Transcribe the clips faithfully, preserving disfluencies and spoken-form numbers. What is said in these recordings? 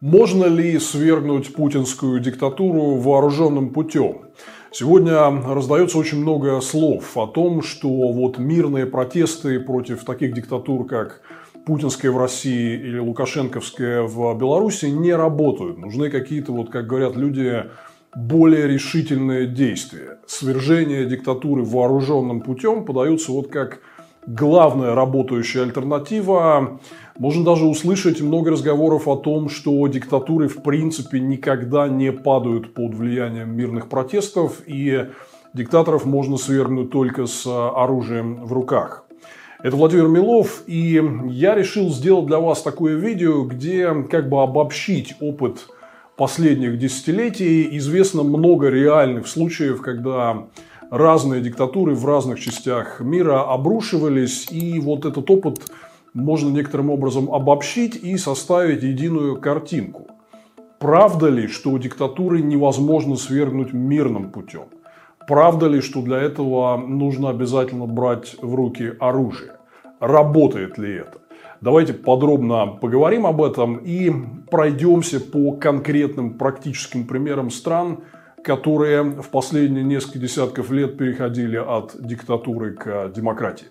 Можно ли свергнуть путинскую диктатуру вооруженным путем? Сегодня раздается очень много слов о том, что вот мирные протесты против таких диктатур, как путинская в России или лукашенковская в Беларуси, не работают. Нужны какие-то, вот, как говорят люди, более решительные действия. Свержение диктатуры вооруженным путем подается вот как главная работающая альтернатива. Можно даже услышать много разговоров о том, что диктатуры в принципе никогда не падают под влиянием мирных протестов, и диктаторов можно свергнуть только с оружием в руках. Это Владимир Милов, и я решил сделать для вас такое видео, где как бы обобщить опыт последних десятилетий. Известно много реальных случаев, когда разные диктатуры в разных частях мира обрушивались, и вот этот опыт можно некоторым образом обобщить и составить единую картинку. Правда ли, что диктатуры невозможно свергнуть мирным путем? Правда ли, что для этого нужно обязательно брать в руки оружие? Работает ли это? Давайте подробно поговорим об этом и пройдемся по конкретным практическим примерам стран, которые в последние несколько десятков лет переходили от диктатуры к демократии.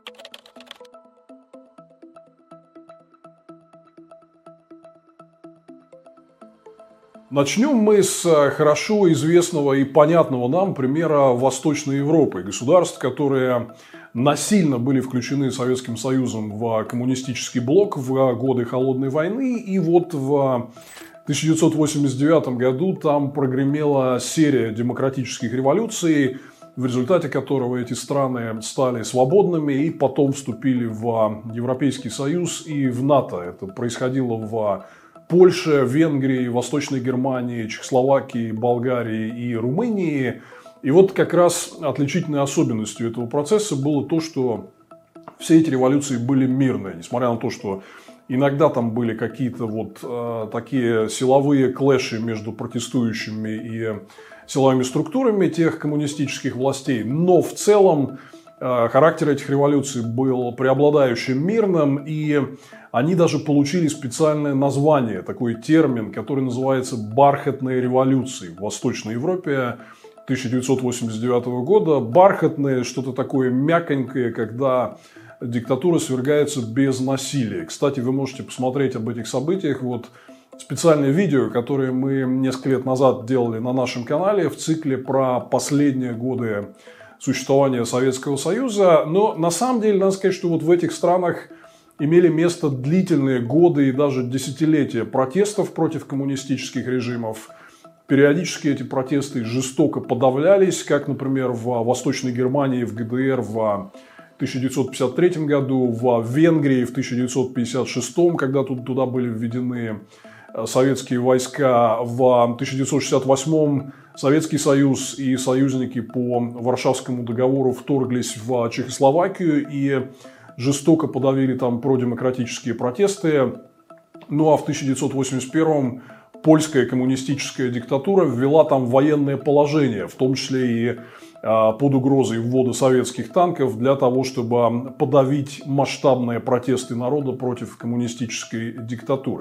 Начнем мы с хорошо известного и понятного нам примера Восточной Европы. Государств, которые насильно были включены Советским Союзом в коммунистический блок в годы Холодной войны. И вот в тысяча девятьсот восемьдесят девятом году там прогремела серия демократических революций, в результате которого эти страны стали свободными и потом вступили в Европейский Союз и в НАТО. Это происходило в Польше, Венгрии, Восточной Германии, Чехословакии, Болгарии и Румынии. И вот как раз отличительной особенностью этого процесса было то, что все эти революции были мирные, несмотря на то, что иногда там были какие-то вот э, такие силовые клэши между протестующими и силовыми структурами тех коммунистических властей. Но в целом э, характер этих революций был преобладающим мирным, и они даже получили специальное название, такой термин, который называется «бархатные революции» в Восточной Европе тысяча девятьсот восемьдесят девятого года. Бархатные, что-то такое мягонькое, когда диктатура свергается без насилия. Кстати, вы можете посмотреть об этих событиях. Вот специальное видео, которое мы несколько лет назад делали на нашем канале в цикле про последние годы существования Советского Союза. Но на самом деле, надо сказать, что вот в этих странах имели место длительные годы и даже десятилетия протестов против коммунистических режимов. Периодически эти протесты жестоко подавлялись, как, например, в Восточной Германии, в ГДР в тысяча девятьсот пятьдесят третьем году, в Венгрии в тысяча девятьсот пятьдесят шестом, когда туда были введены советские войска, в тысяча девятьсот шестьдесят восьмом Советский Союз и союзники по Варшавскому договору вторглись в Чехословакию и жестоко подавили там продемократические протесты. Ну а в тысяча девятьсот восемьдесят первом польская коммунистическая диктатура ввела там военное положение, в том числе и под угрозой ввода советских танков, для того, чтобы подавить масштабные протесты народа против коммунистической диктатуры.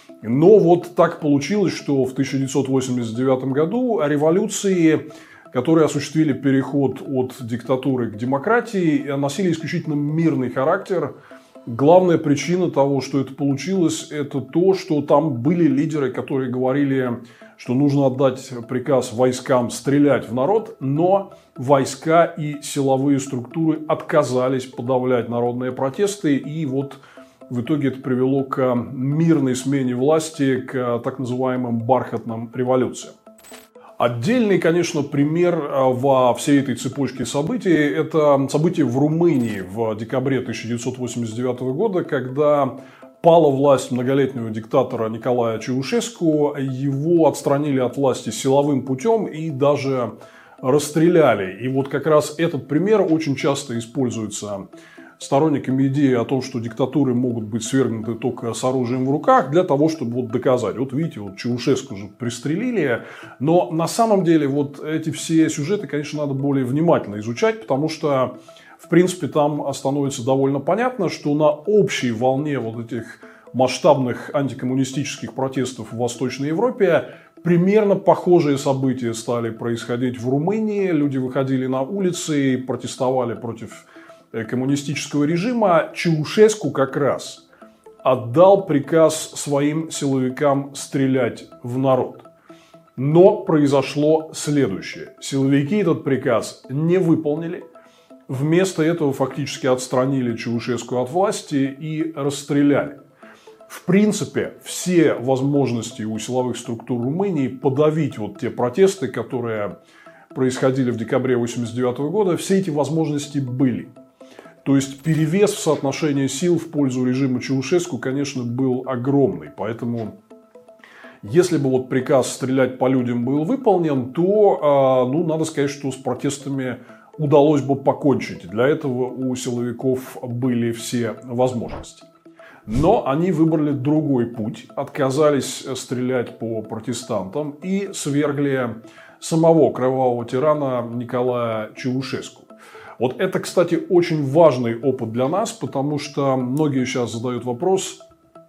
Но вот так получилось, что в тысяча девятьсот восемьдесят девятом году революции, которые осуществили переход от диктатуры к демократии, носили исключительно мирный характер. Главная причина того, что это получилось, это то, что там были лидеры, которые говорили, что нужно отдать приказ войскам стрелять в народ, но войска и силовые структуры отказались подавлять народные протесты, и вот в итоге это привело к мирной смене власти, к так называемым бархатным революциям. Отдельный, конечно, пример во всей этой цепочке событий – это события в Румынии в декабре тысяча девятьсот восемьдесят девятого года, когда пала власть многолетнего диктатора Николая Чаушеску, его отстранили от власти силовым путем и даже расстреляли. И вот как раз этот пример очень часто используется сторонниками идеи о том, что диктатуры могут быть свергнуты только с оружием в руках, для того, чтобы вот доказать. Вот видите, вот Чаушеску же пристрелили. Но на самом деле вот эти все сюжеты, конечно, надо более внимательно изучать, потому что, в принципе, там становится довольно понятно, что на общей волне вот этих масштабных антикоммунистических протестов в Восточной Европе, примерно похожие события стали происходить в Румынии. Люди выходили на улицы и протестовали против коммунистического режима. Чаушеску как раз отдал приказ своим силовикам стрелять в народ. Но произошло следующее. Силовики этот приказ не выполнили. Вместо этого фактически отстранили Чаушеску от власти и расстреляли. В принципе, все возможности у силовых структур Румынии подавить вот те протесты, которые происходили в декабре тысяча девятьсот восемьдесят девятого года, все эти возможности были. То есть перевес в соотношении сил в пользу режима Чаушеску, конечно, был огромный. Поэтому, если бы вот приказ стрелять по людям был выполнен, то, ну, надо сказать, что с протестами удалось бы покончить. Для этого у силовиков были все возможности. Но они выбрали другой путь, отказались стрелять по протестантам и свергли самого кровавого тирана Николая Чаушеску. Вот это, кстати, очень важный опыт для нас, потому что многие сейчас задают вопрос,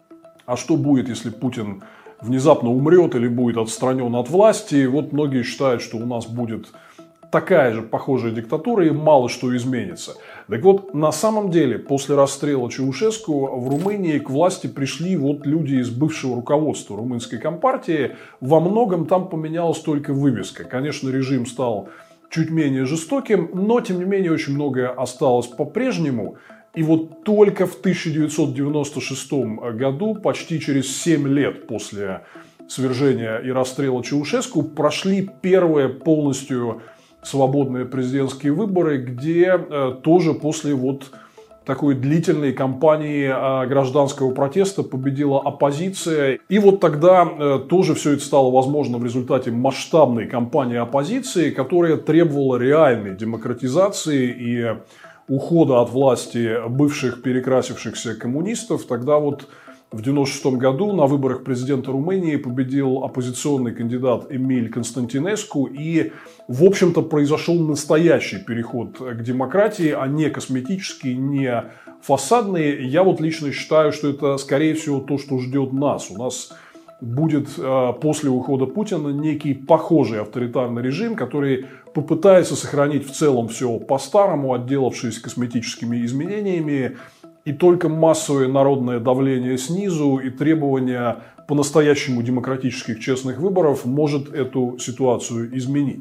а что будет, если Путин внезапно умрет или будет отстранен от власти? И вот многие считают, что у нас будет такая же похожая диктатура и мало что изменится. Так вот, на самом деле, после расстрела Чаушеску в Румынии к власти пришли вот люди из бывшего руководства румынской компартии. Во многом там поменялась только вывеска. Конечно, режим стал чуть менее жестоким, но, тем не менее, очень многое осталось по-прежнему. И вот только в тысяча девятьсот девяносто шестом году, почти через семь лет после свержения и расстрела Чаушеску, прошли первые полностью свободные президентские выборы, где э, тоже после вот такой длительной кампании э, гражданского протеста победила оппозиция. И вот тогда э, тоже все это стало возможно в результате масштабной кампании оппозиции, которая требовала реальной демократизации и ухода от власти бывших перекрасившихся коммунистов. Тогда вот в девяносто шестом году на выборах президента Румынии победил оппозиционный кандидат Эмиль Константинеску. И, в общем-то, произошел настоящий переход к демократии, а не косметический, не фасадный. Я вот лично считаю, что это, скорее всего, то, что ждет нас. У нас будет э, после ухода Путина некий похожий авторитарный режим, который попытается сохранить в целом все по-старому, отделавшись косметическими изменениями. И только массовое народное давление снизу и требования по-настоящему демократических честных выборов может эту ситуацию изменить.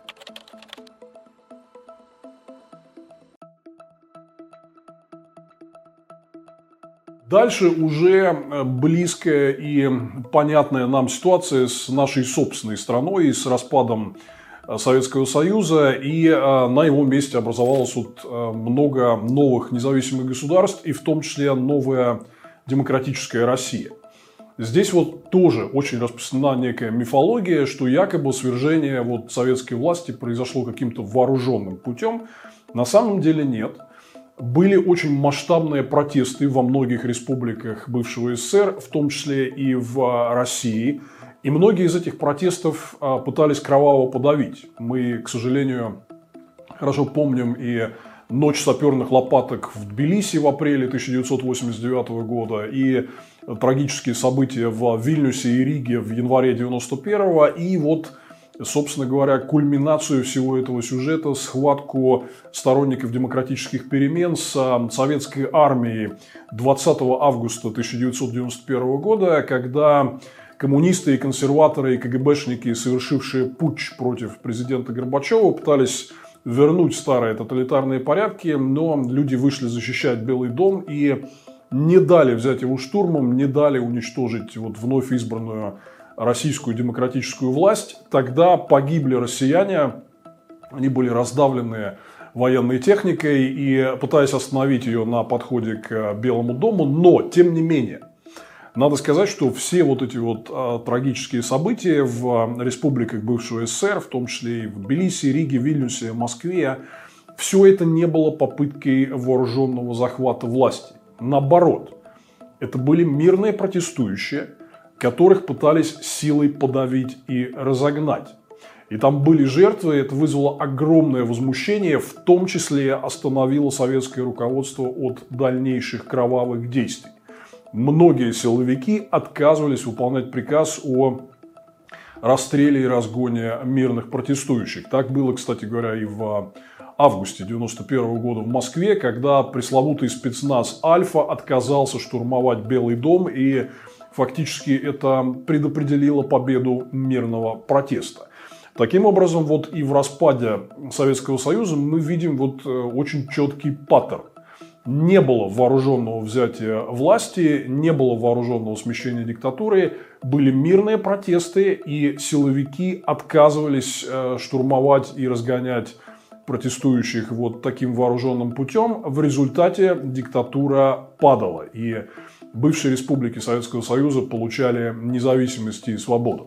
Дальше уже близкая и понятная нам ситуация с нашей собственной страной и с распадом Советского Союза, и на его месте образовалось вот много новых независимых государств, и в том числе новая демократическая Россия. Здесь вот тоже очень распространена некая мифология, что якобы свержение вот советской власти произошло каким-то вооруженным путем. На самом деле нет. Были очень масштабные протесты во многих республиках бывшего СССР, в том числе и в России. И многие из этих протестов пытались кроваво подавить. Мы, к сожалению, хорошо помним и ночь саперных лопаток в Тбилиси в апреле тысяча девятьсот восемьдесят девятого года, и трагические события в Вильнюсе и Риге в январе девяносто первого. И вот, собственно говоря, кульминацию всего этого сюжета, схватку сторонников демократических перемен с советской армией двадцатого августа тысяча девятьсот девяносто первого года, когда коммунисты и консерваторы и КГБшники, совершившие путч против президента Горбачева, пытались вернуть старые тоталитарные порядки, но люди вышли защищать Белый дом и не дали взять его штурмом, не дали уничтожить вот вновь избранную российскую демократическую власть. Тогда погибли россияне, они были раздавлены военной техникой и пытаясь остановить ее на подходе к Белому дому, но тем не менее. Надо сказать, что все вот эти вот а, трагические события в республиках бывшего СССР, в том числе и в Тбилиси, Риге, Вильнюсе, Москве, все это не было попыткой вооруженного захвата власти. Наоборот, это были мирные протестующие, которых пытались силой подавить и разогнать. И там были жертвы, это вызвало огромное возмущение, в том числе остановило советское руководство от дальнейших кровавых действий. многие силовики отказывались выполнять приказ о расстреле и разгоне мирных протестующих. Так было, кстати говоря, и в августе девяносто первого года в Москве, когда пресловутый спецназ «Альфа» отказался штурмовать Белый дом, и фактически это предопределило победу мирного протеста. Таким образом, вот и в распаде Советского Союза мы видим вот очень четкий паттерн. Не было вооруженного взятия власти, не было вооруженного смещения диктатуры, были мирные протесты, и силовики отказывались штурмовать и разгонять протестующих вот таким вооруженным путем. В результате диктатура падала, и бывшие республики Советского Союза получали независимость и свободу.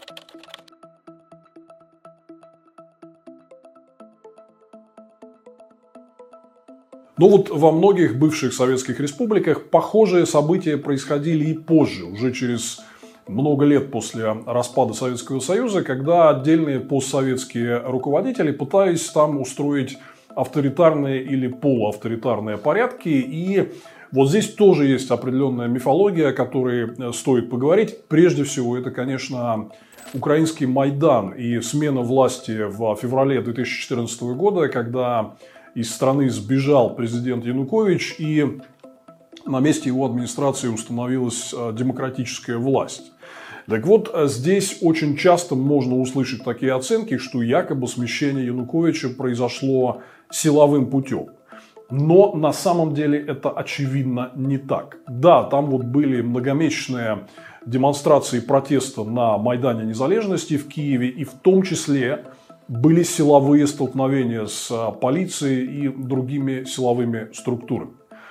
Но вот во многих бывших советских республиках похожие события происходили и позже, уже через много лет после распада Советского Союза, когда отдельные постсоветские руководители пытались там устроить авторитарные или полуавторитарные порядки. И вот здесь тоже есть определенная мифология, о которой стоит поговорить. Прежде всего, это, конечно, украинский Майдан и смена власти в феврале две тысячи четырнадцатого года, когда из страны сбежал президент Янукович, и на месте его администрации установилась демократическая власть. Так вот, здесь очень часто можно услышать такие оценки, что якобы смещение Януковича произошло силовым путем. Но на самом деле это очевидно не так. Да, там вот были многомесячные демонстрации протеста на Майдане Незалежности в Киеве, и в том числе были силовые столкновения с полицией и другими силовыми структурами.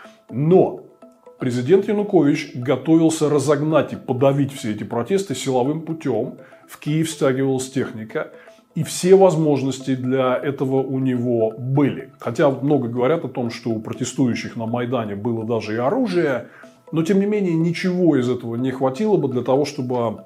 Но президент Янукович готовился разогнать и подавить все эти протесты силовым путем. В Киев стягивалась техника, и все возможности для этого у него были. Хотя много говорят о том, что у протестующих на Майдане было даже и оружие, но тем не менее ничего из этого не хватило бы для того, чтобы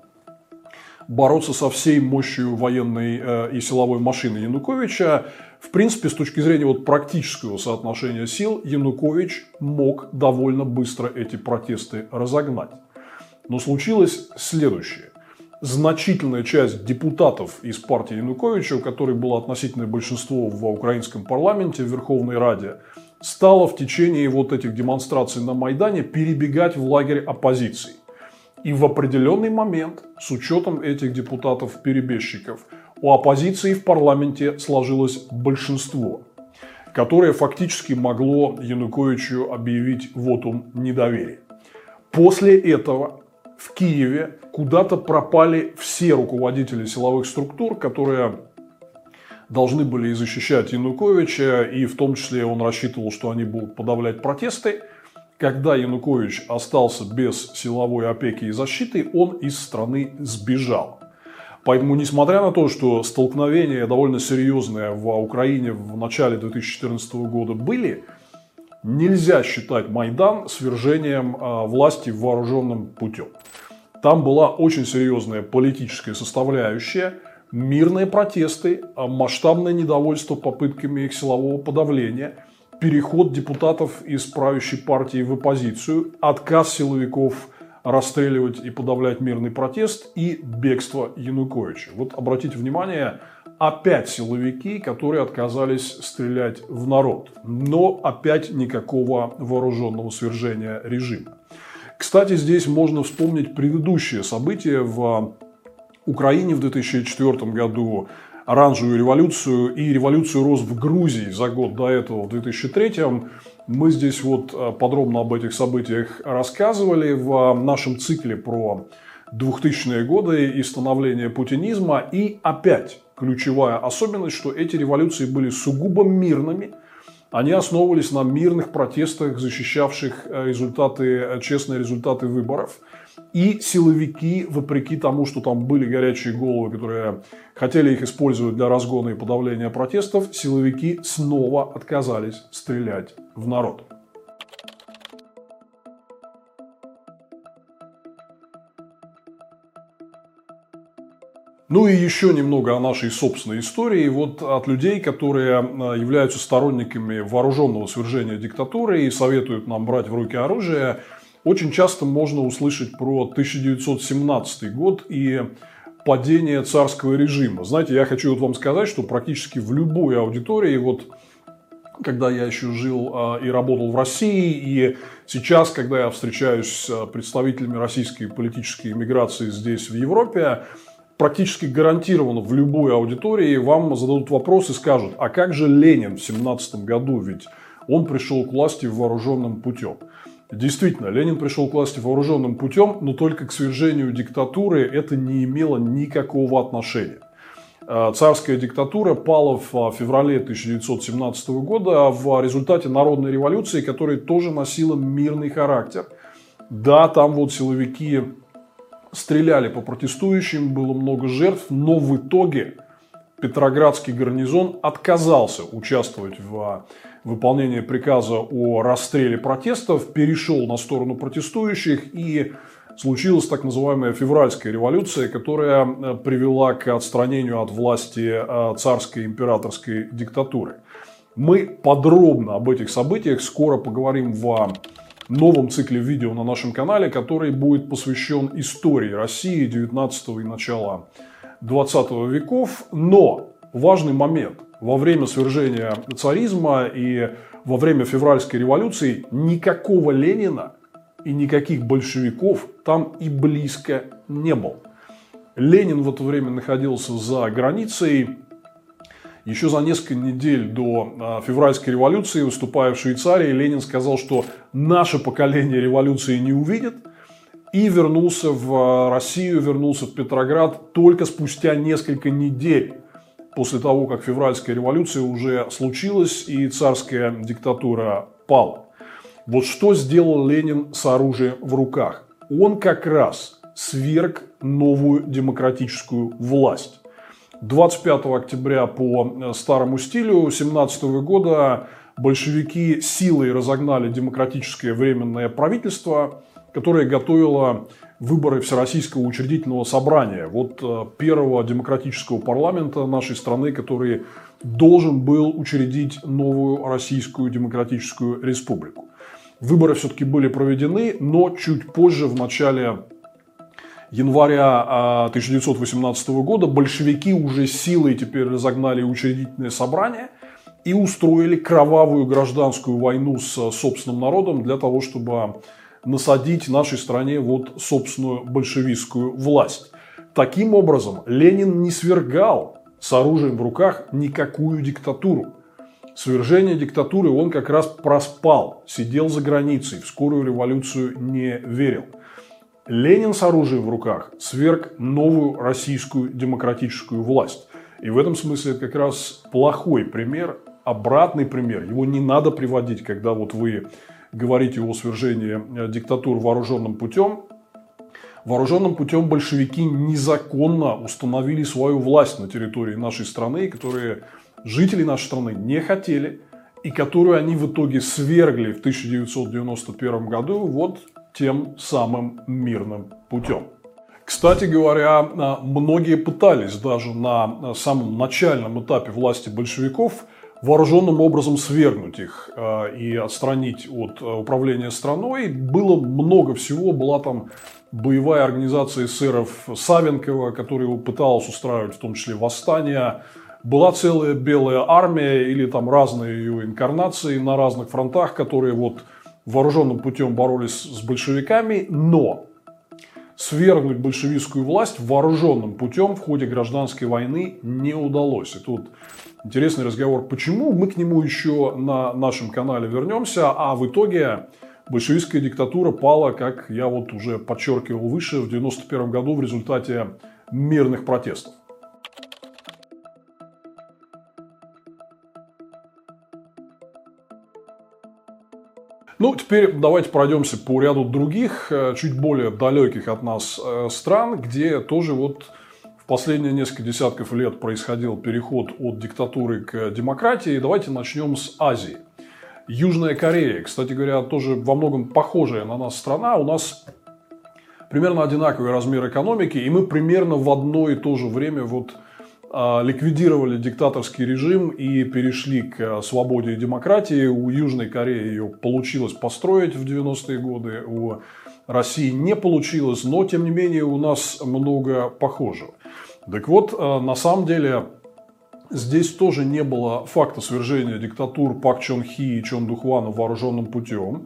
бороться со всей мощью военной и силовой машины Януковича. В принципе, с точки зрения вот практического соотношения сил, Янукович мог довольно быстро эти протесты разогнать. Но случилось следующее. Значительная часть депутатов из партии Януковича, у которой было относительное большинство в украинском парламенте, в Верховной Раде, стала в течение вот этих демонстраций на Майдане перебегать в лагерь оппозиции. И в определенный момент, с учетом этих депутатов-перебежчиков, у оппозиции в парламенте сложилось большинство, которое фактически могло Януковичу объявить вотум недоверия. После этого в Киеве куда-то пропали все руководители силовых структур, которые должны были защищать Януковича, и в том числе он рассчитывал, что они будут подавлять протесты. Когда Янукович остался без силовой опеки и защиты, он из страны сбежал. Поэтому, несмотря на то, что столкновения довольно серьезные в Украине в начале две тысячи четырнадцатого года были, нельзя считать Майдан свержением власти вооруженным путем. Там была очень серьезная политическая составляющая, мирные протесты, масштабное недовольство попытками их силового подавления, переход депутатов из правящей партии в оппозицию, отказ силовиков расстреливать и подавлять мирный протест и бегство Януковича. Вот обратите внимание, опять силовики, которые отказались стрелять в народ, но опять никакого вооруженного свержения режима. Кстати, здесь можно вспомнить предыдущие события в Украине в две тысячи четвёртом году, оранжевую революцию и революцию роз в Грузии за год до этого, в две тысячи третьем. Мы здесь вот подробно об этих событиях рассказывали в нашем цикле про двухтысячные годы и становление путинизма. И опять ключевая особенность, что эти революции были сугубо мирными. Они основывались на мирных протестах, защищавших результаты, честные результаты выборов. И силовики, вопреки тому, что там были горячие головы, которые хотели их использовать для разгона и подавления протестов, силовики снова отказались стрелять в народ. Ну и еще немного о нашей собственной истории. Вот от людей, которые являются сторонниками вооруженного свержения диктатуры и советуют нам брать в руки оружие, очень часто можно услышать про тысяча девятьсот семнадцатый год и падение царского режима. Знаете, я хочу вот вам сказать, что практически в любой аудитории, вот когда я еще жил э, и работал в России, и сейчас, когда я встречаюсь с представителями российской политической эмиграции здесь, в Европе, практически гарантированно в любой аудитории вам зададут вопрос и скажут: а как же Ленин в семнадцатом году, ведь он пришел к власти вооруженным путем. Действительно, Ленин пришел к власти вооруженным путем, но только к свержению диктатуры это не имело никакого отношения. Царская диктатура пала в феврале тысяча девятьсот семнадцатого года в результате народной революции, которая тоже носила мирный характер. Да, там вот силовики стреляли по протестующим, было много жертв, но в итоге Петроградский гарнизон отказался участвовать в выполнении приказа о расстреле протестов, перешел на сторону протестующих, и случилась так называемая февральская революция, которая привела к отстранению от власти царской императорской диктатуры. Мы подробно об этих событиях скоро поговорим в новом цикле видео на нашем канале, который будет посвящен истории России девятнадцатого и начала двадцатого веков. Но важный момент. Во время свержения царизма и во время февральской революции никакого Ленина и никаких большевиков там и близко не было. Ленин в это время находился за границей. Еще за несколько недель до февральской революции, выступая в Швейцарии, Ленин сказал, что наше поколение революции не увидит. И вернулся в Россию, вернулся в Петроград только спустя несколько недель после того, как февральская революция уже случилась и царская диктатура пала. Вот что сделал Ленин с оружием в руках. Он как раз сверг новую демократическую власть. двадцать пятого октября по старому стилю семнадцатого года большевики силой разогнали демократическое временное правительство, которое готовило выборы Всероссийского учредительного собрания. Вот первого демократического парламента нашей страны, который должен был учредить новую Российскую демократическую республику. Выборы все-таки были проведены, но чуть позже, в начале января тысяча девятьсот восемнадцатого года, большевики уже силой теперь разогнали учредительное собрание и устроили кровавую гражданскую войну с собственным народом для того, чтобы насадить нашей стране вот собственную большевистскую власть. Таким образом, Ленин не свергал с оружием в руках никакую диктатуру. Свержение диктатуры он как раз проспал, сидел за границей, в скорую революцию не верил. Ленин с оружием в руках сверг новую российскую демократическую власть. И в этом смысле это как раз плохой пример, обратный пример. Его не надо приводить, когда вот вы говорите о свержении диктатур вооруженным путем. Вооруженным путем большевики незаконно установили свою власть на территории нашей страны, которые жители нашей страны не хотели, и которую они в итоге свергли в тысяча девятьсот девяносто первом году вот тем самым мирным путем. Кстати говоря, многие пытались даже на самом начальном этапе власти большевиков вооруженным образом свергнуть их и отстранить от управления страной. Было много всего. Была там боевая организация эсеров Савенкова, которая пыталась устраивать в том числе восстания. Была целая белая армия или там разные ее инкарнации на разных фронтах, которые вот вооруженным путем боролись с большевиками. Но свергнуть большевистскую власть вооруженным путем в ходе гражданской войны не удалось. И тут интересный разговор, почему, мы к нему еще на нашем канале вернемся, а в итоге большевистская диктатура пала, как я вот уже подчеркивал выше, в девяносто первом году в результате мирных протестов. Ну, теперь давайте пройдемся по ряду других, чуть более далеких от нас стран, где тоже вот в последние несколько десятков лет происходил переход от диктатуры к демократии. Давайте начнем с Азии. Южная Корея, кстати говоря, тоже во многом похожая на нас страна. У нас примерно одинаковый размер экономики, и мы примерно в одно и то же время вот ликвидировали диктаторский режим и перешли к свободе и демократии. У Южной Кореи ее получилось построить в девяностые годы, у России не получилось, но тем не менее у нас много похожего. Так вот, на самом деле здесь тоже не было факта свержения диктатур Пак Чон Хи и Чон Духвана вооруженным путем.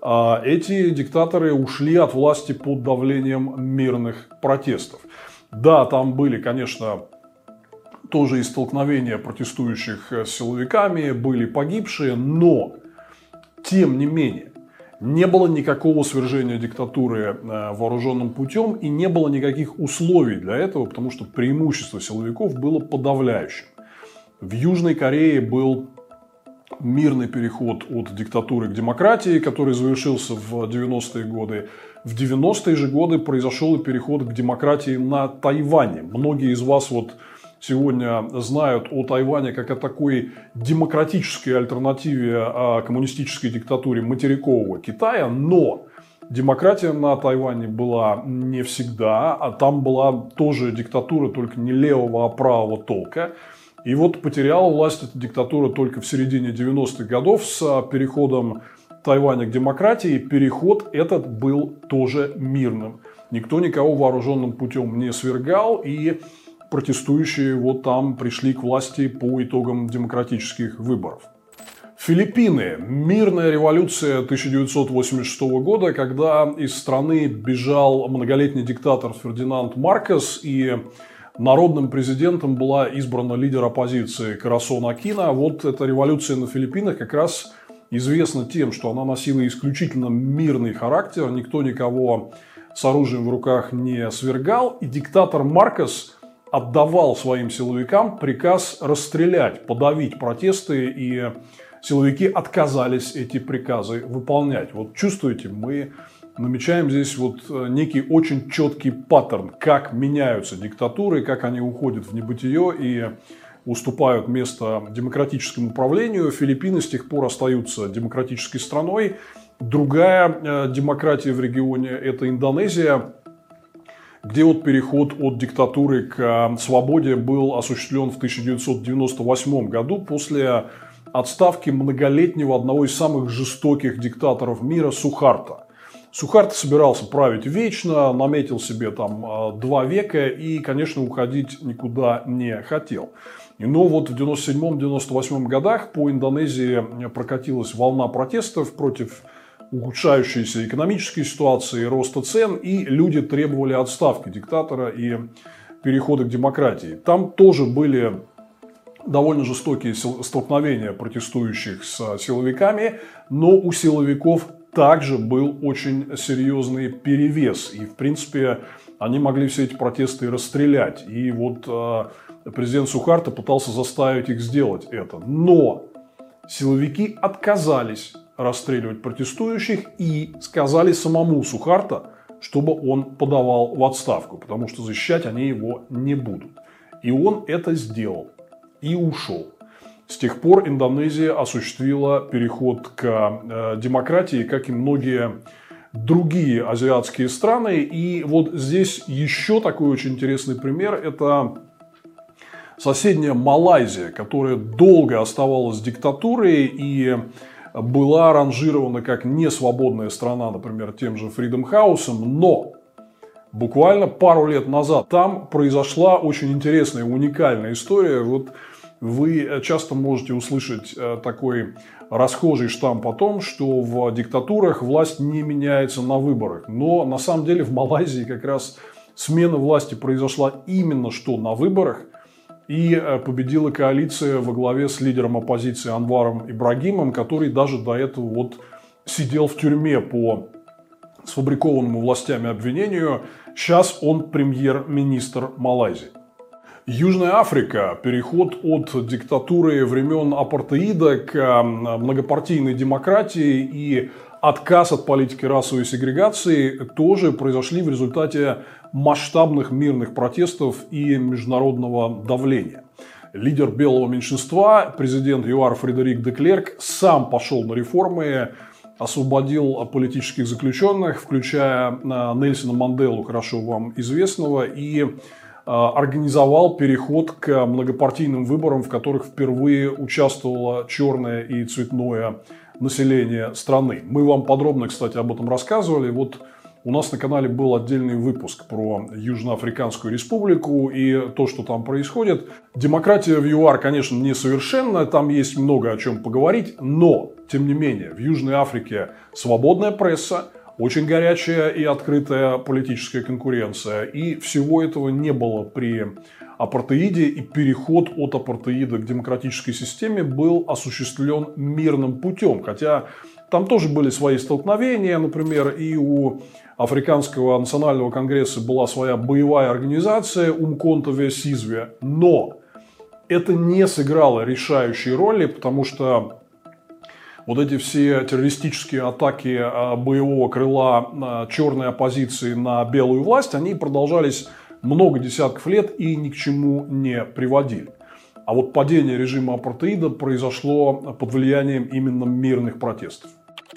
Эти диктаторы ушли от власти под давлением мирных протестов. Да, там были, конечно, тоже и столкновения протестующих с силовиками, были погибшие, но, тем не менее, не было никакого свержения диктатуры вооруженным путем и не было никаких условий для этого, потому что преимущество силовиков было подавляющим. В Южной Корее был мирный переход от диктатуры к демократии, который завершился в девяностые годы. В девяностые же годы произошел и переход к демократии на Тайване. Многие из вас вот сегодня знают о Тайване как о такой демократической альтернативе коммунистической диктатуре материкового Китая, но демократия на Тайване была не всегда, а там была тоже диктатура, только не левого, а правого толка. И вот потеряла власть эта диктатура только в середине девяностых годов с переходом Тайваня к демократии. Переход этот был тоже мирным. Никто никого вооруженным путем не свергал, и протестующие вот там пришли к власти по итогам демократических выборов. Филиппины. Мирная революция тысяча девятьсот восемьдесят шестого года, когда из страны бежал многолетний диктатор Фердинанд Маркос, и народным президентом была избрана лидер оппозиции Корасон Акино. Вот эта революция на Филиппинах как раз известна тем, что она носила исключительно мирный характер. Никто никого с оружием в руках не свергал. И диктатор Маркос отдавал своим силовикам приказ расстрелять, подавить протесты. И силовики отказались эти приказы выполнять. Вот чувствуете, мы намечаем здесь вот некий очень четкий паттерн, как меняются диктатуры, как они уходят в небытие и уступают место демократическому управлению. Филиппины с тех пор остаются демократической страной. Другая демократия в регионе – это Индонезия, где вот переход от диктатуры к свободе был осуществлен в тысяча девятьсот девяносто восьмом году после отставки многолетнего одного из самых жестоких диктаторов мира Сухарто. Сухарто собирался править вечно, наметил себе там два века и, конечно, уходить никуда не хотел. Но вот в девяносто седьмом — девяносто восьмом годах по Индонезии прокатилась волна протестов против ухудшающейся экономической ситуации, роста цен, и люди требовали отставки диктатора и перехода к демократии. Там тоже были довольно жестокие столкновения протестующих с силовиками, но у силовиков также был очень серьезный перевес. И, в принципе, они могли все эти протесты расстрелять. И вот э, президент Сухарто пытался заставить их сделать это. Но силовики отказались расстреливать протестующих и сказали самому Сухарто, чтобы он подавал в отставку, потому что защищать они его не будут. И он это сделал и ушел. С тех пор Индонезия осуществила переход к э, демократии, как и многие другие азиатские страны. И вот здесь еще такой очень интересный пример. Это соседняя Малайзия, которая долго оставалась диктатурой и была ранжирована как несвободная страна, например, тем же Freedom House. Но буквально пару лет назад там произошла очень интересная, уникальная история. Вот вы часто можете услышать такой расхожий штамп о том, что в диктатурах власть не меняется на выборах. Но на самом деле в Малайзии как раз смена власти произошла именно что на выборах. И победила коалиция во главе с лидером оппозиции Анваром Ибрагимом, который даже до этого вот сидел в тюрьме по сфабрикованному властями обвинению. Сейчас он премьер-министр Малайзии. Южная Африка. Переход от диктатуры времен апартеида к многопартийной демократии и отказ от политики расовой сегрегации тоже произошли в результате масштабных мирных протестов и международного давления. Лидер белого меньшинства, президент ЮАР Фредерик де Клерк, сам пошел на реформы, освободил политических заключенных, включая Нельсона Манделу, хорошо вам известного, и организовал переход к многопартийным выборам, в которых впервые участвовало черное и цветное население страны. Мы вам подробно, кстати, об этом рассказывали. Вот у нас на канале был отдельный выпуск про Южноафриканскую республику и то, что там происходит. Демократия в ЮАР, конечно, несовершенна, там есть много о чем поговорить, но, тем не менее, в Южной Африке свободная пресса, очень горячая и открытая политическая конкуренция. И всего этого не было при апартеиде, и переход от апартеида к демократической системе был осуществлен мирным путем. Хотя там тоже были свои столкновения, например, и у Африканского национального конгресса была своя боевая организация Умконто Ве-Сизве, но это не сыграло решающей роли, потому что вот эти все террористические атаки боевого крыла черной оппозиции на белую власть, они продолжались много десятков лет и ни к чему не приводили. А вот падение режима апартеида произошло под влиянием именно мирных протестов.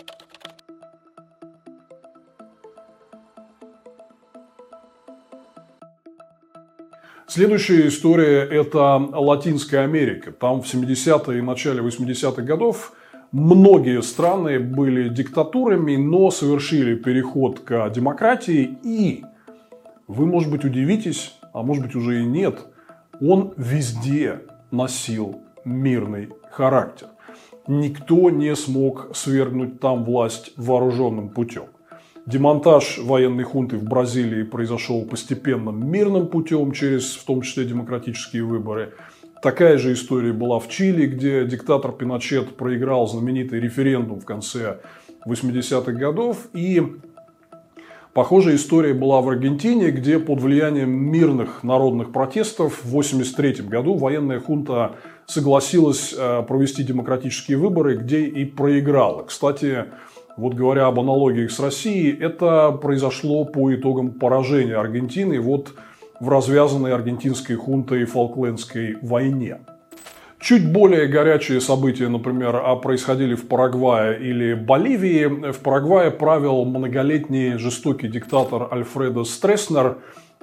Следующая история – это Латинская Америка. Там в семидесятые и начале восьмидесятых годов многие страны были диктатурами, но совершили переход к демократии. И вы, может быть, удивитесь, а может быть уже и нет, он везде носил мирный характер. Никто не смог свергнуть там власть вооруженным путем. Демонтаж военной хунты в Бразилии произошел постепенно мирным путем, через в том числе демократические выборы. Такая же история была в Чили, где диктатор Пиночет проиграл знаменитый референдум в конце восьмидесятых годов. И похожая история была в Аргентине, где под влиянием мирных народных протестов в восемьдесят третьем году военная хунта согласилась провести демократические выборы, где и проиграла. Кстати, вот говоря об аналогиях с Россией, это произошло по итогам поражения Аргентины вот в развязанной аргентинской хунтой Фолклендской войне. Чуть более горячие события, например, происходили в Парагвае или Боливии. В Парагвае правил многолетний жестокий диктатор Альфредо Стресснер,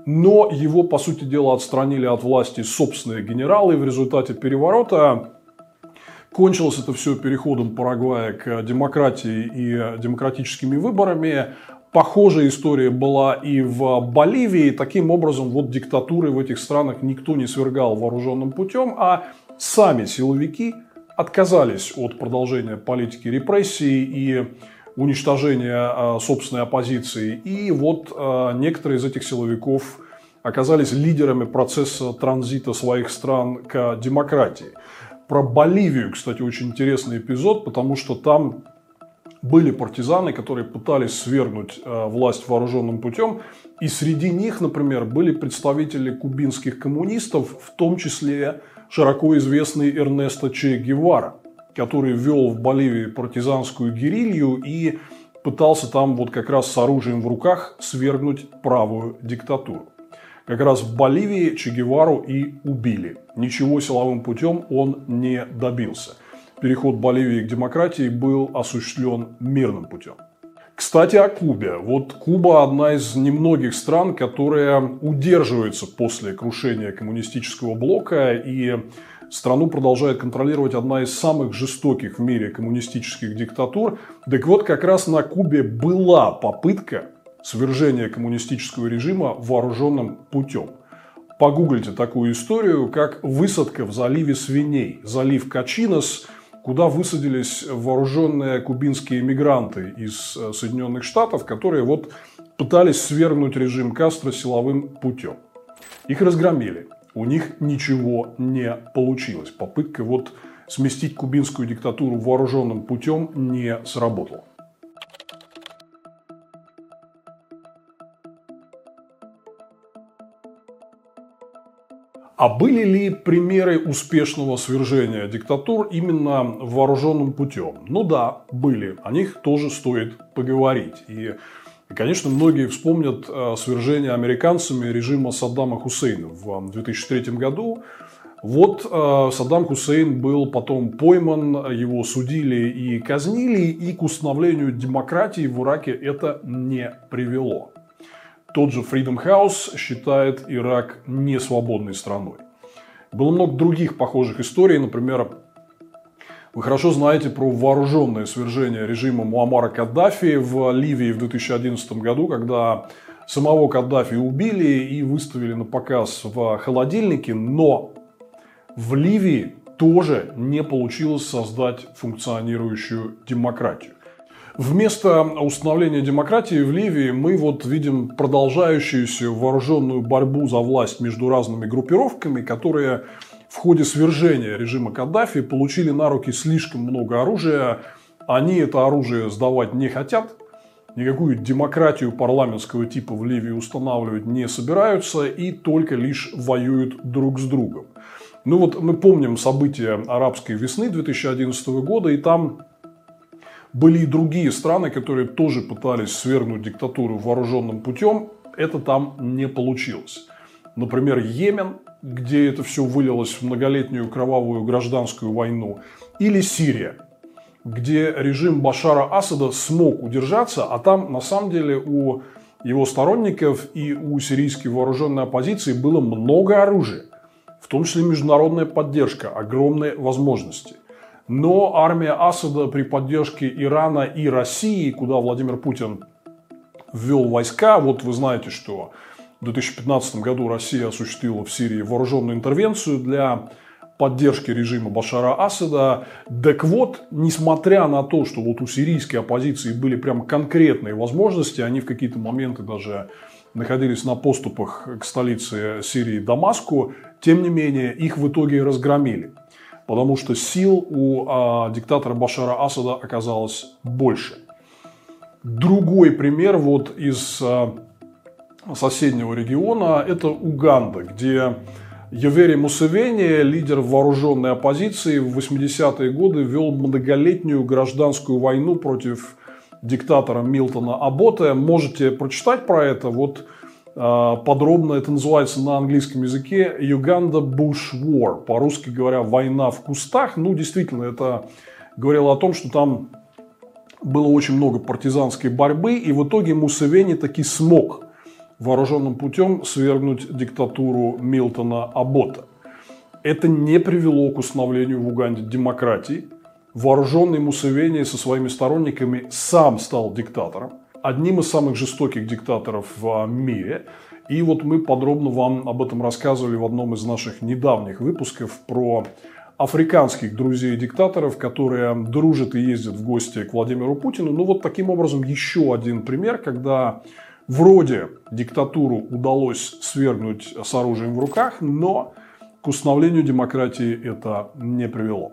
но его, по сути дела, отстранили от власти собственные генералы в результате переворота. Кончилось это все переходом Парагвая к демократии и демократическими выборами. Похожая история была и в Боливии. Таким образом, вот диктатуры в этих странах никто не свергал вооруженным путем, а сами силовики отказались от продолжения политики репрессий и уничтожения собственной оппозиции. И вот некоторые из этих силовиков оказались лидерами процесса транзита своих стран к демократии. Про Боливию, кстати, очень интересный эпизод, потому что там были партизаны, которые пытались свергнуть власть вооруженным путем. И среди них, например, были представители кубинских коммунистов, в том числе широко известный Эрнесто Че Гевара, который вел в Боливии партизанскую герилью и пытался там вот как раз с оружием в руках свергнуть правую диктатуру. Как раз в Боливии Че Гевару и убили. Ничего силовым путем он не добился. Переход Боливии к демократии был осуществлен мирным путем. Кстати, о Кубе. Вот Куба одна из немногих стран, которая удерживается после крушения коммунистического блока, и страну продолжает контролировать одна из самых жестоких в мире коммунистических диктатур. Так вот, как раз на Кубе была попытка свержения коммунистического режима вооруженным путем. Погуглите такую историю, как высадка в заливе свиней, залив Качинос, куда высадились вооруженные кубинские мигранты из Соединенных Штатов, которые вот пытались свергнуть режим Кастро силовым путем. Их разгромили. У них ничего не получилось. Попытка вот сместить кубинскую диктатуру вооруженным путем не сработала. А были ли примеры успешного свержения диктатур именно вооруженным путем? Ну да, были. О них тоже стоит поговорить. И, и конечно, многие вспомнят свержение американцами режима Саддама Хусейна в две тысячи третьем году. Вот э, Саддам Хусейн был потом пойман, его судили и казнили, и к установлению демократии в Ираке это не привело. Тот же Freedom House считает Ирак несвободной страной. Было много других похожих историй. Например, вы хорошо знаете про вооруженное свержение режима Муаммара Каддафи в Ливии в две тысячи одиннадцатом году, когда самого Каддафи убили и выставили на показ в холодильнике, но в Ливии тоже не получилось создать функционирующую демократию. Вместо установления демократии в Ливии мы вот видим продолжающуюся вооруженную борьбу за власть между разными группировками, которые в ходе свержения режима Каддафи получили на руки слишком много оружия. Они это оружие сдавать не хотят, никакую демократию парламентского типа в Ливии устанавливать не собираются и только лишь воюют друг с другом. Ну вот мы помним события арабской весны две тысячи одиннадцатого года, и там были и другие страны, которые тоже пытались свергнуть диктатуру вооруженным путем. Это там не получилось. Например, Йемен, где это все вылилось в многолетнюю кровавую гражданскую войну. Или Сирия, где режим Башара Асада смог удержаться, а там на самом деле у его сторонников и у сирийской вооруженной оппозиции было много оружия. В том числе международная поддержка, огромные возможности. Но армия Асада при поддержке Ирана и России, куда Владимир Путин ввел войска, вот вы знаете, что в две тысячи пятнадцатом году Россия осуществила в Сирии вооруженную интервенцию для поддержки режима Башара Асада. Так вот, несмотря на то, что вот у сирийской оппозиции были прям конкретные возможности, они в какие-то моменты даже находились на поступах к столице Сирии Дамаску, тем не менее их в итоге разгромили. Потому что сил у а, диктатора Башара Асада оказалось больше. Другой пример вот из а, соседнего региона – это Уганда, где Йовери Мусевени, лидер вооруженной оппозиции, в восьмидесятые годы вел многолетнюю гражданскую войну против диктатора Милтона Аботе. Можете прочитать про это. Вот подробно это называется на английском языке Uganda Bush War. По-русски говоря, война в кустах. Ну, действительно, это говорило о том, что там было очень много партизанской борьбы. И в итоге Мусевени таки смог вооруженным путем свергнуть диктатуру Милтона Аботе. Это не привело к установлению в Уганде демократии. Вооруженный Мусевени со своими сторонниками сам стал диктатором. Одним из самых жестоких диктаторов в мире. И вот мы подробно вам об этом рассказывали в одном из наших недавних выпусков про африканских друзей диктаторов, которые дружат и ездят в гости к Владимиру Путину. Ну вот таким образом еще один пример, когда вроде диктатуру удалось свергнуть с оружием в руках, но к установлению демократии это не привело.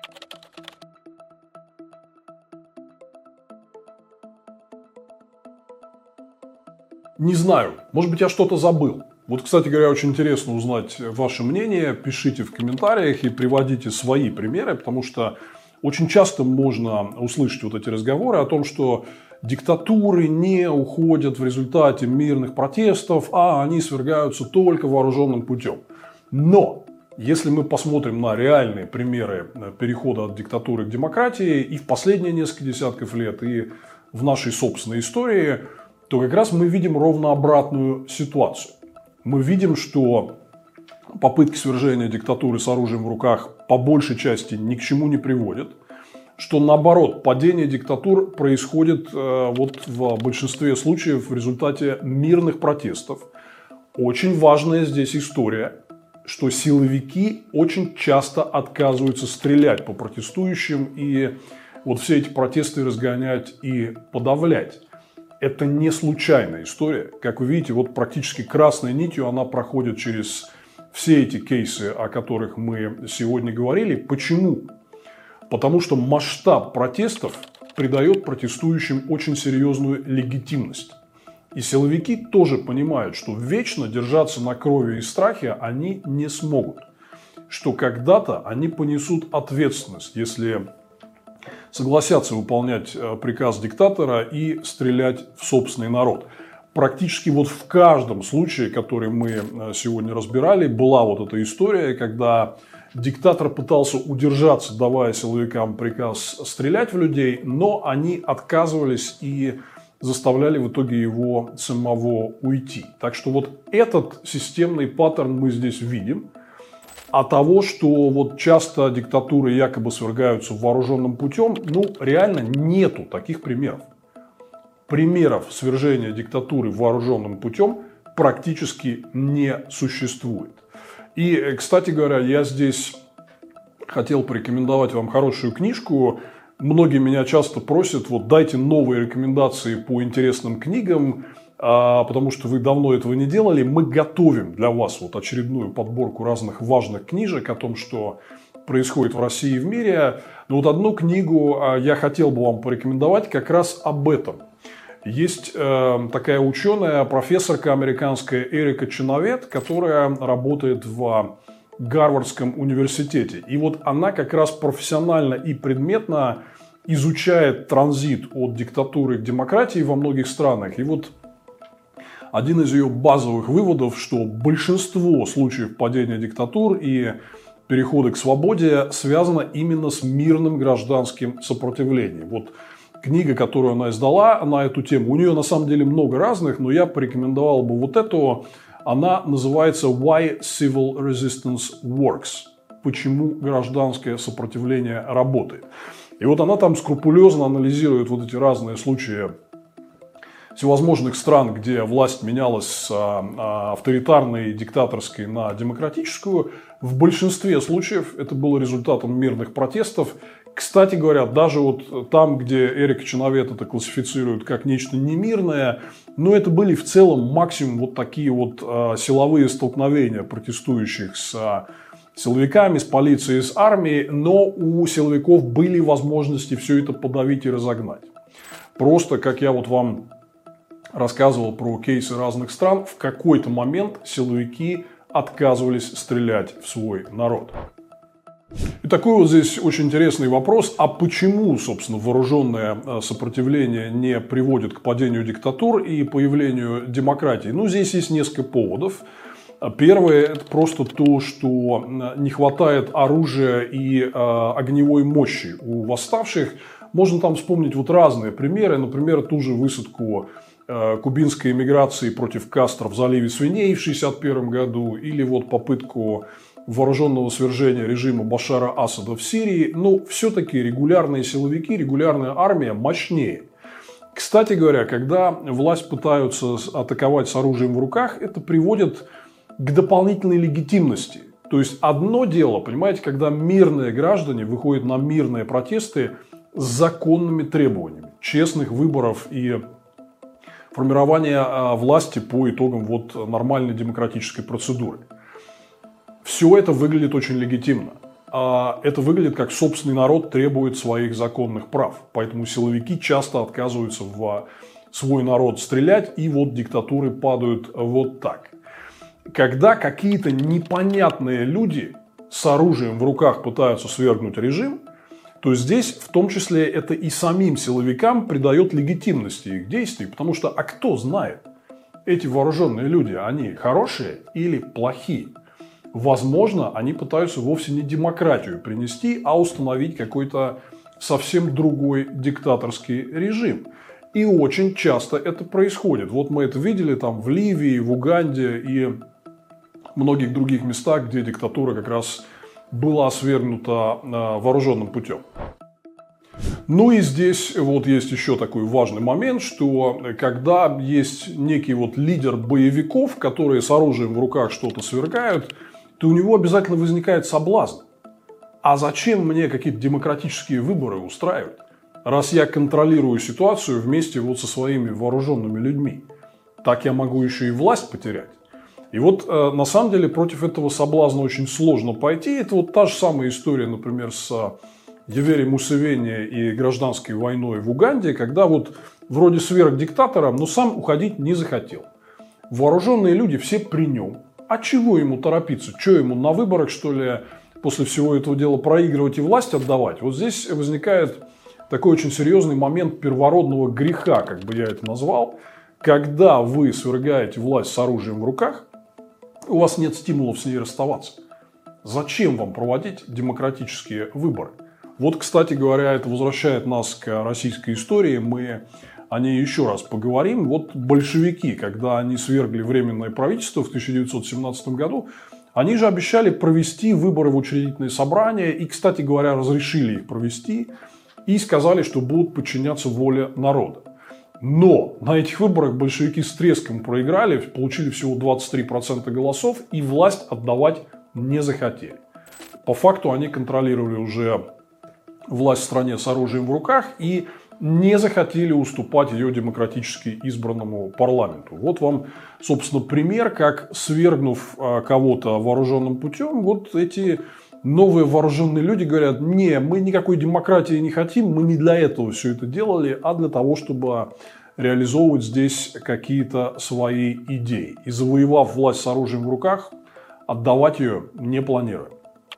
Не знаю, может быть, я что-то забыл. Вот, кстати говоря, очень интересно узнать ваше мнение. Пишите в комментариях и приводите свои примеры, потому что очень часто можно услышать вот эти разговоры о том, что диктатуры не уходят в результате мирных протестов, а они свергаются только вооруженным путем. Но если мы посмотрим на реальные примеры перехода от диктатуры к демократии и в последние несколько десятков лет, и в нашей собственной истории, то как раз мы видим ровно обратную ситуацию. Мы видим, что попытки свержения диктатуры с оружием в руках по большей части ни к чему не приводят. Что наоборот, падение диктатур происходит э, вот в большинстве случаев в результате мирных протестов. Очень важная здесь история, что силовики очень часто отказываются стрелять по протестующим и вот все эти протесты разгонять и подавлять. Это не случайная история. Как вы видите, вот практически красной нитью она проходит через все эти кейсы, о которых мы сегодня говорили. Почему? Потому что масштаб протестов придает протестующим очень серьезную легитимность. И силовики тоже понимают, что вечно держаться на крови и страхе они не смогут. Что когда-то они понесут ответственность, если согласятся выполнять приказ диктатора и стрелять в собственный народ. Практически вот в каждом случае, который мы сегодня разбирали, была вот эта история, когда диктатор пытался удержаться, давая силовикам приказ стрелять в людей, но они отказывались и заставляли в итоге его самого уйти. Так что вот этот системный паттерн мы здесь видим. А того, что вот часто диктатуры якобы свергаются вооруженным путем, ну реально нету таких примеров. Примеров свержения диктатуры вооруженным путем практически не существует. И, кстати говоря, я здесь хотел порекомендовать вам хорошую книжку. Многие меня часто просят, вот дайте новые рекомендации по интересным книгам, потому что вы давно этого не делали. Мы готовим для вас вот очередную подборку разных важных книжек о том, что происходит в России и в мире. Но вот одну книгу я хотел бы вам порекомендовать как раз об этом. Есть э, такая ученая, профессорка американская Эрика Ченовет, которая работает в Гарвардском университете. И вот она как раз профессионально и предметно изучает транзит от диктатуры к демократии во многих странах. И вот один из ее базовых выводов, что большинство случаев падения диктатур и перехода к свободе связано именно с мирным гражданским сопротивлением. Вот книга, которую она издала на эту тему, у нее на самом деле много разных, но я порекомендовал бы вот эту. Она называется «Why Civil Resistance Works». Почему гражданское сопротивление работает. И вот она там скрупулезно анализирует вот эти разные случаи всевозможных стран, где власть менялась с авторитарной, диктаторской на демократическую. В большинстве случаев это было результатом мирных протестов. Кстати говоря, даже вот там, где Эрик Ченовет это классифицирует как нечто немирное, но это были в целом максимум вот такие вот силовые столкновения протестующих с силовиками, с полицией, с армией, но у силовиков были возможности все это подавить и разогнать. Просто, как я вот вам рассказывал про кейсы разных стран, в какой-то момент силовики отказывались стрелять в свой народ. И такой вот здесь очень интересный вопрос, а почему, собственно, вооруженное сопротивление не приводит к падению диктатур и появлению демократии? Ну, здесь есть несколько поводов. Первое – это просто то, что не хватает оружия и э, огневой мощи у восставших. Можно там вспомнить вот разные примеры, например, ту же высадку э, кубинской эмиграции против Кастро в заливе Свиней в шестьдесят первом году, или вот попытку вооруженного свержения режима Башара Асада в Сирии. Но все-таки регулярные силовики, регулярная армия мощнее. Кстати говоря, когда власть пытаются атаковать с оружием в руках, это приводит к дополнительной легитимности. То есть одно дело, понимаете, когда мирные граждане выходят на мирные протесты с законными требованиями честных выборов и формирования власти по итогам вот нормальной демократической процедуры. Все это выглядит очень легитимно. Это выглядит как собственный народ требует своих законных прав. Поэтому силовики часто отказываются в свой народ стрелять, и вот диктатуры падают вот так. Когда какие-то непонятные люди с оружием в руках пытаются свергнуть режим, то здесь в том числе это и самим силовикам придает легитимности их действий. Потому что, а кто знает, эти вооруженные люди, они хорошие или плохие? Возможно, они пытаются вовсе не демократию принести, а установить какой-то совсем другой диктаторский режим. И очень часто это происходит. Вот мы это видели там в Ливии, в Уганде и многих других местах, где диктатура как раз была свергнута вооруженным путем. Ну и здесь вот есть еще такой важный момент, что когда есть некий вот лидер боевиков, которые с оружием в руках что-то свергают, то у него обязательно возникает соблазн. А зачем мне какие-то демократические выборы устраивать, раз я контролирую ситуацию вместе вот со своими вооруженными людьми? Так я могу еще и власть потерять. И вот э, на самом деле против этого соблазна очень сложно пойти. Это вот та же самая история, например, с Йовери Мусевени и гражданской войной в Уганде, когда вот вроде сверг диктатора, но сам уходить не захотел. Вооруженные люди все при нем. А чего ему торопиться? Что ему на выборах, что ли, после всего этого дела проигрывать и власть отдавать? Вот здесь возникает такой очень серьезный момент первородного греха, как бы я это назвал. Когда вы свергаете власть с оружием в руках, у вас нет стимулов с ней расставаться. Зачем вам проводить демократические выборы? Вот, кстати говоря, это возвращает нас к российской истории. Мы о ней еще раз поговорим. Вот большевики, когда они свергли Временное правительство в тысяча девятьсот семнадцатом году, они же обещали провести выборы в учредительные собрания и, кстати говоря, разрешили их провести и сказали, что будут подчиняться воле народа. Но на этих выборах большевики с треском проиграли, получили всего двадцать три процента голосов и власть отдавать не захотели. По факту они контролировали уже власть в стране с оружием в руках и не захотели уступать ее демократически избранному парламенту. Вот вам, собственно, пример, как, свергнув кого-то вооруженным путем, вот эти новые вооруженные люди говорят: не, мы никакой демократии не хотим, мы не для этого все это делали, а для того, чтобы реализовывать здесь какие-то свои идеи. И завоевав власть с оружием в руках, отдавать ее не планируем.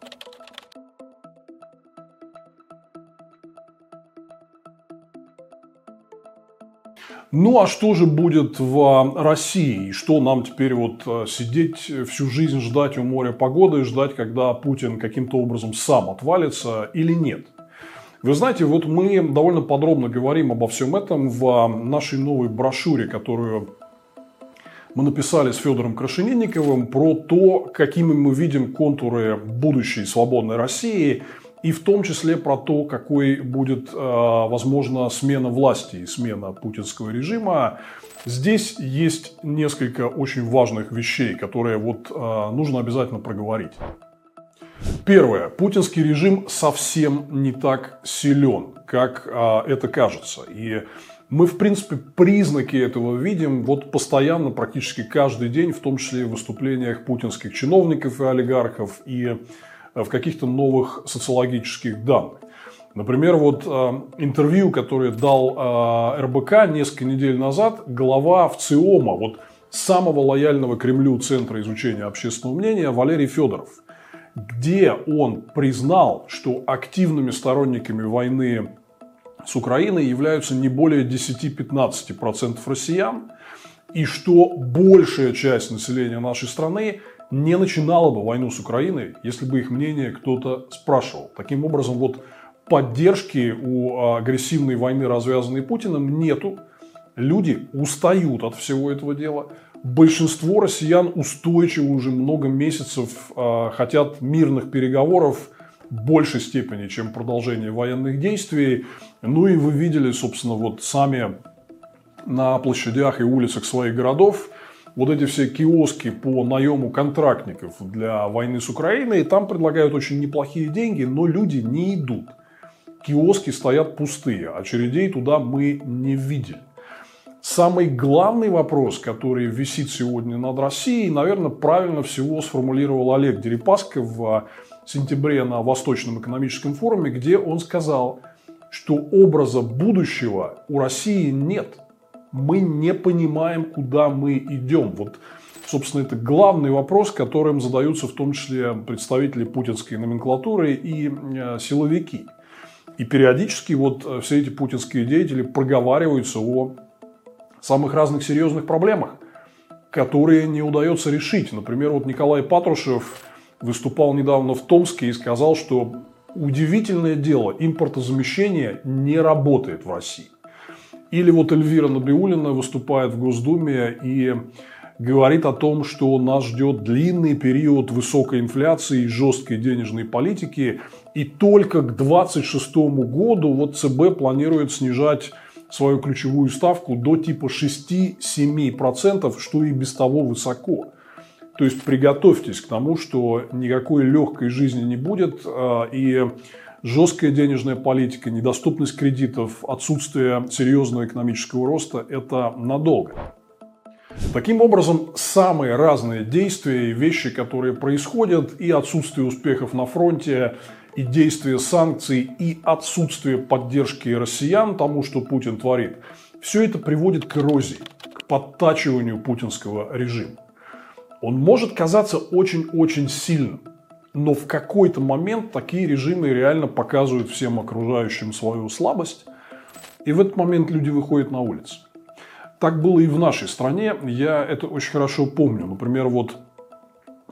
Ну а что же будет в России? И что нам теперь вот сидеть всю жизнь, ждать у моря погоды, ждать, когда Путин каким-то образом сам отвалится или нет? Вы знаете, вот мы довольно подробно говорим обо всем этом в нашей новой брошюре, которую мы написали с Федором Крашенинниковым, про то, какими мы видим контуры будущей свободной России. И в том числе про то, какой будет, возможно, смена власти и смена путинского режима. Здесь есть несколько очень важных вещей, которые вот нужно обязательно проговорить. Первое. Путинский режим совсем не так силен, как это кажется. И мы, в принципе, признаки этого видим вот постоянно, практически каждый день, в том числе и в выступлениях путинских чиновников и олигархов, и в каких-то новых социологических данных. Например, вот э, интервью, которое дал э, эр бэ ка несколько недель назад глава ВЦИОМа, вот самого лояльного Кремлю Центра изучения общественного мнения, Валерий Федоров, где он признал, что активными сторонниками войны с Украиной являются не более десять-пятнадцать процентов россиян, и что большая часть населения нашей страны не начинала бы войну с Украиной, если бы их мнение кто-то спрашивал. Таким образом, вот поддержки у агрессивной войны, развязанной Путиным, нету. Люди устают от всего этого дела. Большинство россиян устойчиво уже много месяцев э, хотят мирных переговоров в большей степени, чем продолжение военных действий. Ну и вы видели, собственно, вот сами на площадях и улицах своих городов вот эти все киоски по наему контрактников для войны с Украиной. Там предлагают очень неплохие деньги, но люди не идут. Киоски стоят пустые, очередей туда мы не видели. Самый главный вопрос, который висит сегодня над Россией, наверное, правильно всего сформулировал Олег Дерипаска в сентябре на Восточном экономическом форуме, где он сказал, что образа будущего у России нет. Мы не понимаем, куда мы идем. Вот, собственно, это главный вопрос, которым задаются в том числе представители путинской номенклатуры и э, силовики. И периодически вот все эти путинские деятели проговариваются о самых разных серьезных проблемах, которые не удается решить. Например, вот Николай Патрушев выступал недавно в Томске и сказал, что удивительное дело, импортозамещение не работает в России. Или вот Эльвира Набиуллина выступает в Госдуме и говорит о том, что нас ждет длинный период высокой инфляции и жесткой денежной политики. И только к двадцать шестому году вот ЦБ планирует снижать свою ключевую ставку до типа шесть-семь процентов, что и без того высоко. То есть приготовьтесь к тому, что никакой легкой жизни не будет. И жесткая денежная политика, недоступность кредитов, отсутствие серьезного экономического роста – это надолго. Таким образом, самые разные действия и вещи, которые происходят, и отсутствие успехов на фронте, и действие санкций, и отсутствие поддержки россиян тому, что Путин творит, все это приводит к эрозии, к подтачиванию путинского режима. Он может казаться очень-очень сильным, но в какой-то момент такие режимы реально показывают всем окружающим свою слабость, и в этот момент люди выходят на улицы. Так было и в нашей стране, я это очень хорошо помню. Например, вот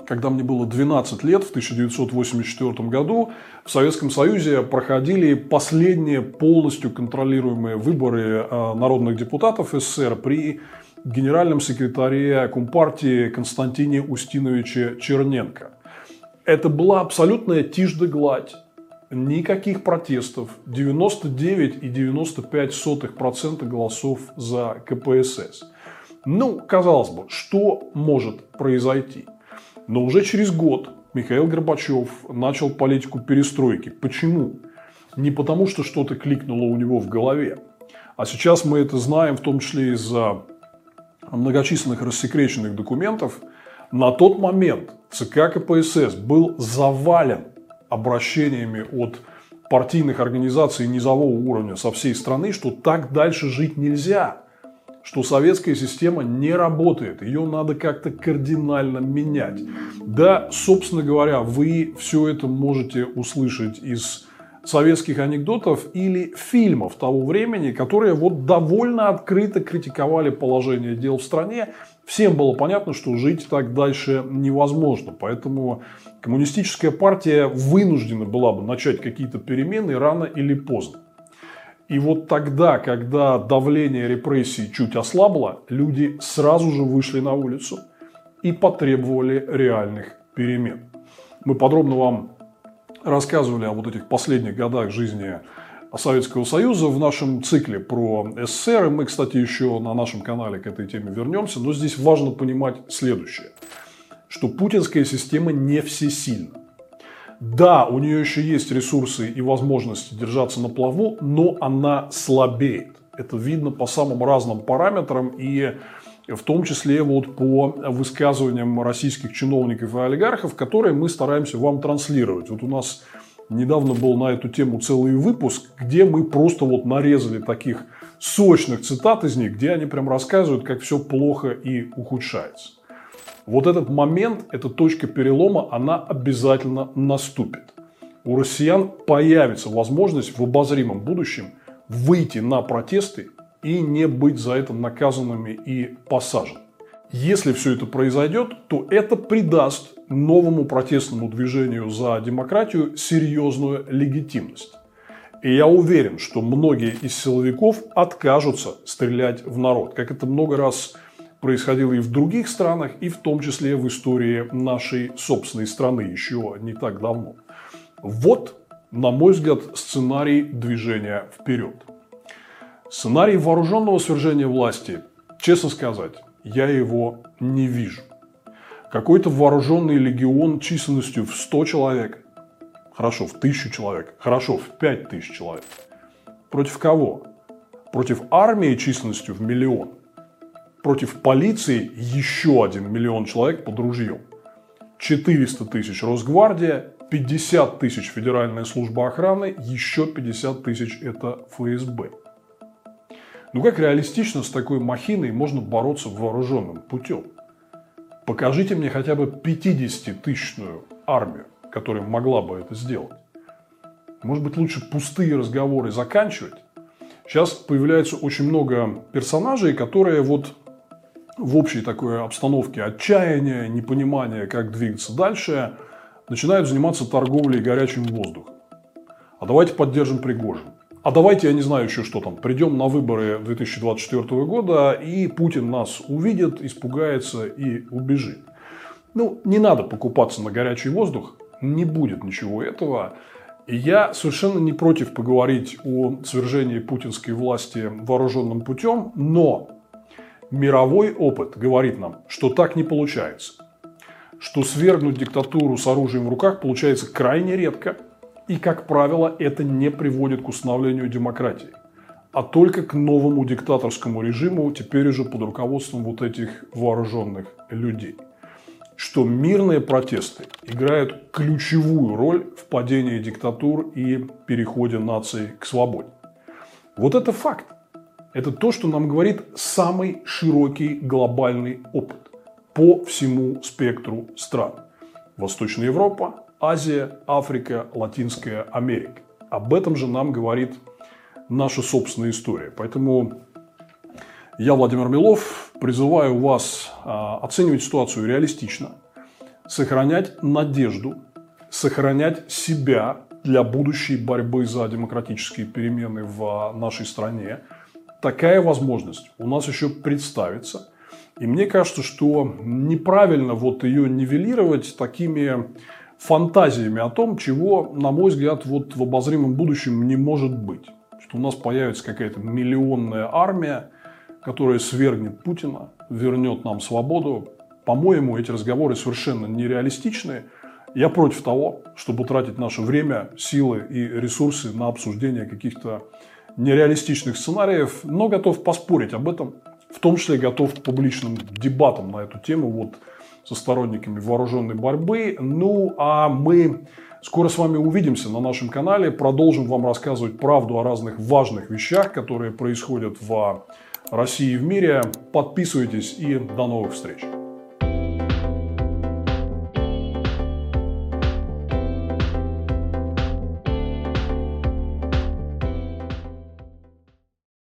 когда мне было двенадцать лет, в тысяча девятьсот восемьдесят четвёртом году, в Советском Союзе проходили последние полностью контролируемые выборы народных депутатов СССР при генеральном секретаре Компартии Константине Устиновиче Черненко. Это была абсолютная тишь да гладь. Никаких протестов. девяносто девять целых девяносто пять сотых процента голосов за ка пэ эс эс. Ну, казалось бы, что может произойти? Но уже через год Михаил Горбачев начал политику перестройки. Почему? Не потому, что что-то кликнуло у него в голове. А сейчас мы это знаем, в том числе из-за многочисленных рассекреченных документов. На тот момент ЦК ка пэ эс эс был завален обращениями от партийных организаций низового уровня со всей страны, что так дальше жить нельзя, что советская система не работает, ее надо как-то кардинально менять. Да, собственно говоря, вы все это можете услышать из советских анекдотов или фильмов того времени, которые вот довольно открыто критиковали положение дел в стране. Всем было понятно, что жить так дальше невозможно. Поэтому коммунистическая партия вынуждена была бы начать какие-то перемены рано или поздно. И вот тогда, когда давление репрессий чуть ослабло, люди сразу же вышли на улицу и потребовали реальных перемен. Мы подробно вам рассказывали о вот этих последних годах жизни Советского Союза в нашем цикле про эс эс эс эр. И мы, кстати, еще на нашем канале к этой теме вернемся. Но здесь важно понимать следующее. Что путинская система не всесильна. Да, у нее еще есть ресурсы и возможности держаться на плаву, но она слабеет. Это видно по самым разным параметрам и в том числе вот по высказываниям российских чиновников и олигархов, которые мы стараемся вам транслировать. Вот у нас недавно был на эту тему целый выпуск, где мы просто вот нарезали таких сочных цитат из них, где они прям рассказывают, как все плохо и ухудшается. Вот этот момент, эта точка перелома, она обязательно наступит. У россиян появится возможность в обозримом будущем выйти на протесты и не быть за это наказанными и посаженными. Если все это произойдет, то это придаст новому протестному движению за демократию серьезную легитимность. И я уверен, что многие из силовиков откажутся стрелять в народ, как это много раз происходило и в других странах, и в том числе в истории нашей собственной страны еще не так давно. Вот, на мой взгляд, сценарий движения вперед. Сценарий вооруженного свержения власти, честно сказать, я его не вижу. Какой-то вооруженный легион численностью в сто человек, хорошо, в тысячу человек, хорошо, в пять тысяч человек. Против кого? Против армии численностью в миллион. Против полиции еще один миллион человек под ружьем. четыреста тысяч Росгвардия, пятьдесят тысяч Федеральная служба охраны, еще пятьдесят тысяч это эф эс бэ. Ну как реалистично с такой махиной можно бороться вооруженным путем? Покажите мне хотя бы пятидесятитысячную армию, которая могла бы это сделать. Может быть, лучше пустые разговоры заканчивать? Сейчас появляется очень много персонажей, которые вот в общей такой обстановке отчаяния, непонимания, как двигаться дальше, начинают заниматься торговлей горячим воздухом. А давайте поддержим Пригожина. А давайте, я не знаю еще что там, придем на выборы две тысячи двадцать четвёртого года, и Путин нас увидит, испугается и убежит. Ну, не надо покупаться на горячий воздух, не будет ничего этого. И я совершенно не против поговорить о свержении путинской власти вооруженным путем, но мировой опыт говорит нам, что так не получается. Что свергнуть диктатуру с оружием в руках получается крайне редко. И, как правило, это не приводит к установлению демократии, а только к новому диктаторскому режиму, теперь уже под руководством вот этих вооруженных людей. Что мирные протесты играют ключевую роль в падении диктатур и переходе наций к свободе. Вот это факт. Это то, что нам говорит самый широкий глобальный опыт по всему спектру стран. Восточная Европа, Азия, Африка, Латинская Америка. Об этом же нам говорит наша собственная история. Поэтому я, Владимир Милов, призываю вас оценивать ситуацию реалистично, сохранять надежду, сохранять себя для будущей борьбы за демократические перемены в нашей стране. Такая возможность у нас еще представится. И мне кажется, что неправильно вот ее нивелировать такими фантазиями о том, чего, на мой взгляд, вот в обозримом будущем не может быть. Что у нас появится какая-то миллионная армия, которая свергнет Путина, вернет нам свободу. По-моему, эти разговоры совершенно нереалистичны. Я против того, чтобы тратить наше время, силы и ресурсы на обсуждение каких-то нереалистичных сценариев, но готов поспорить об этом, в том числе готов к публичным дебатам на эту тему вот, со сторонниками вооруженной борьбы. Ну, а мы скоро с вами увидимся на нашем канале, продолжим вам рассказывать правду о разных важных вещах, которые происходят в России и в мире. Подписывайтесь и до новых встреч.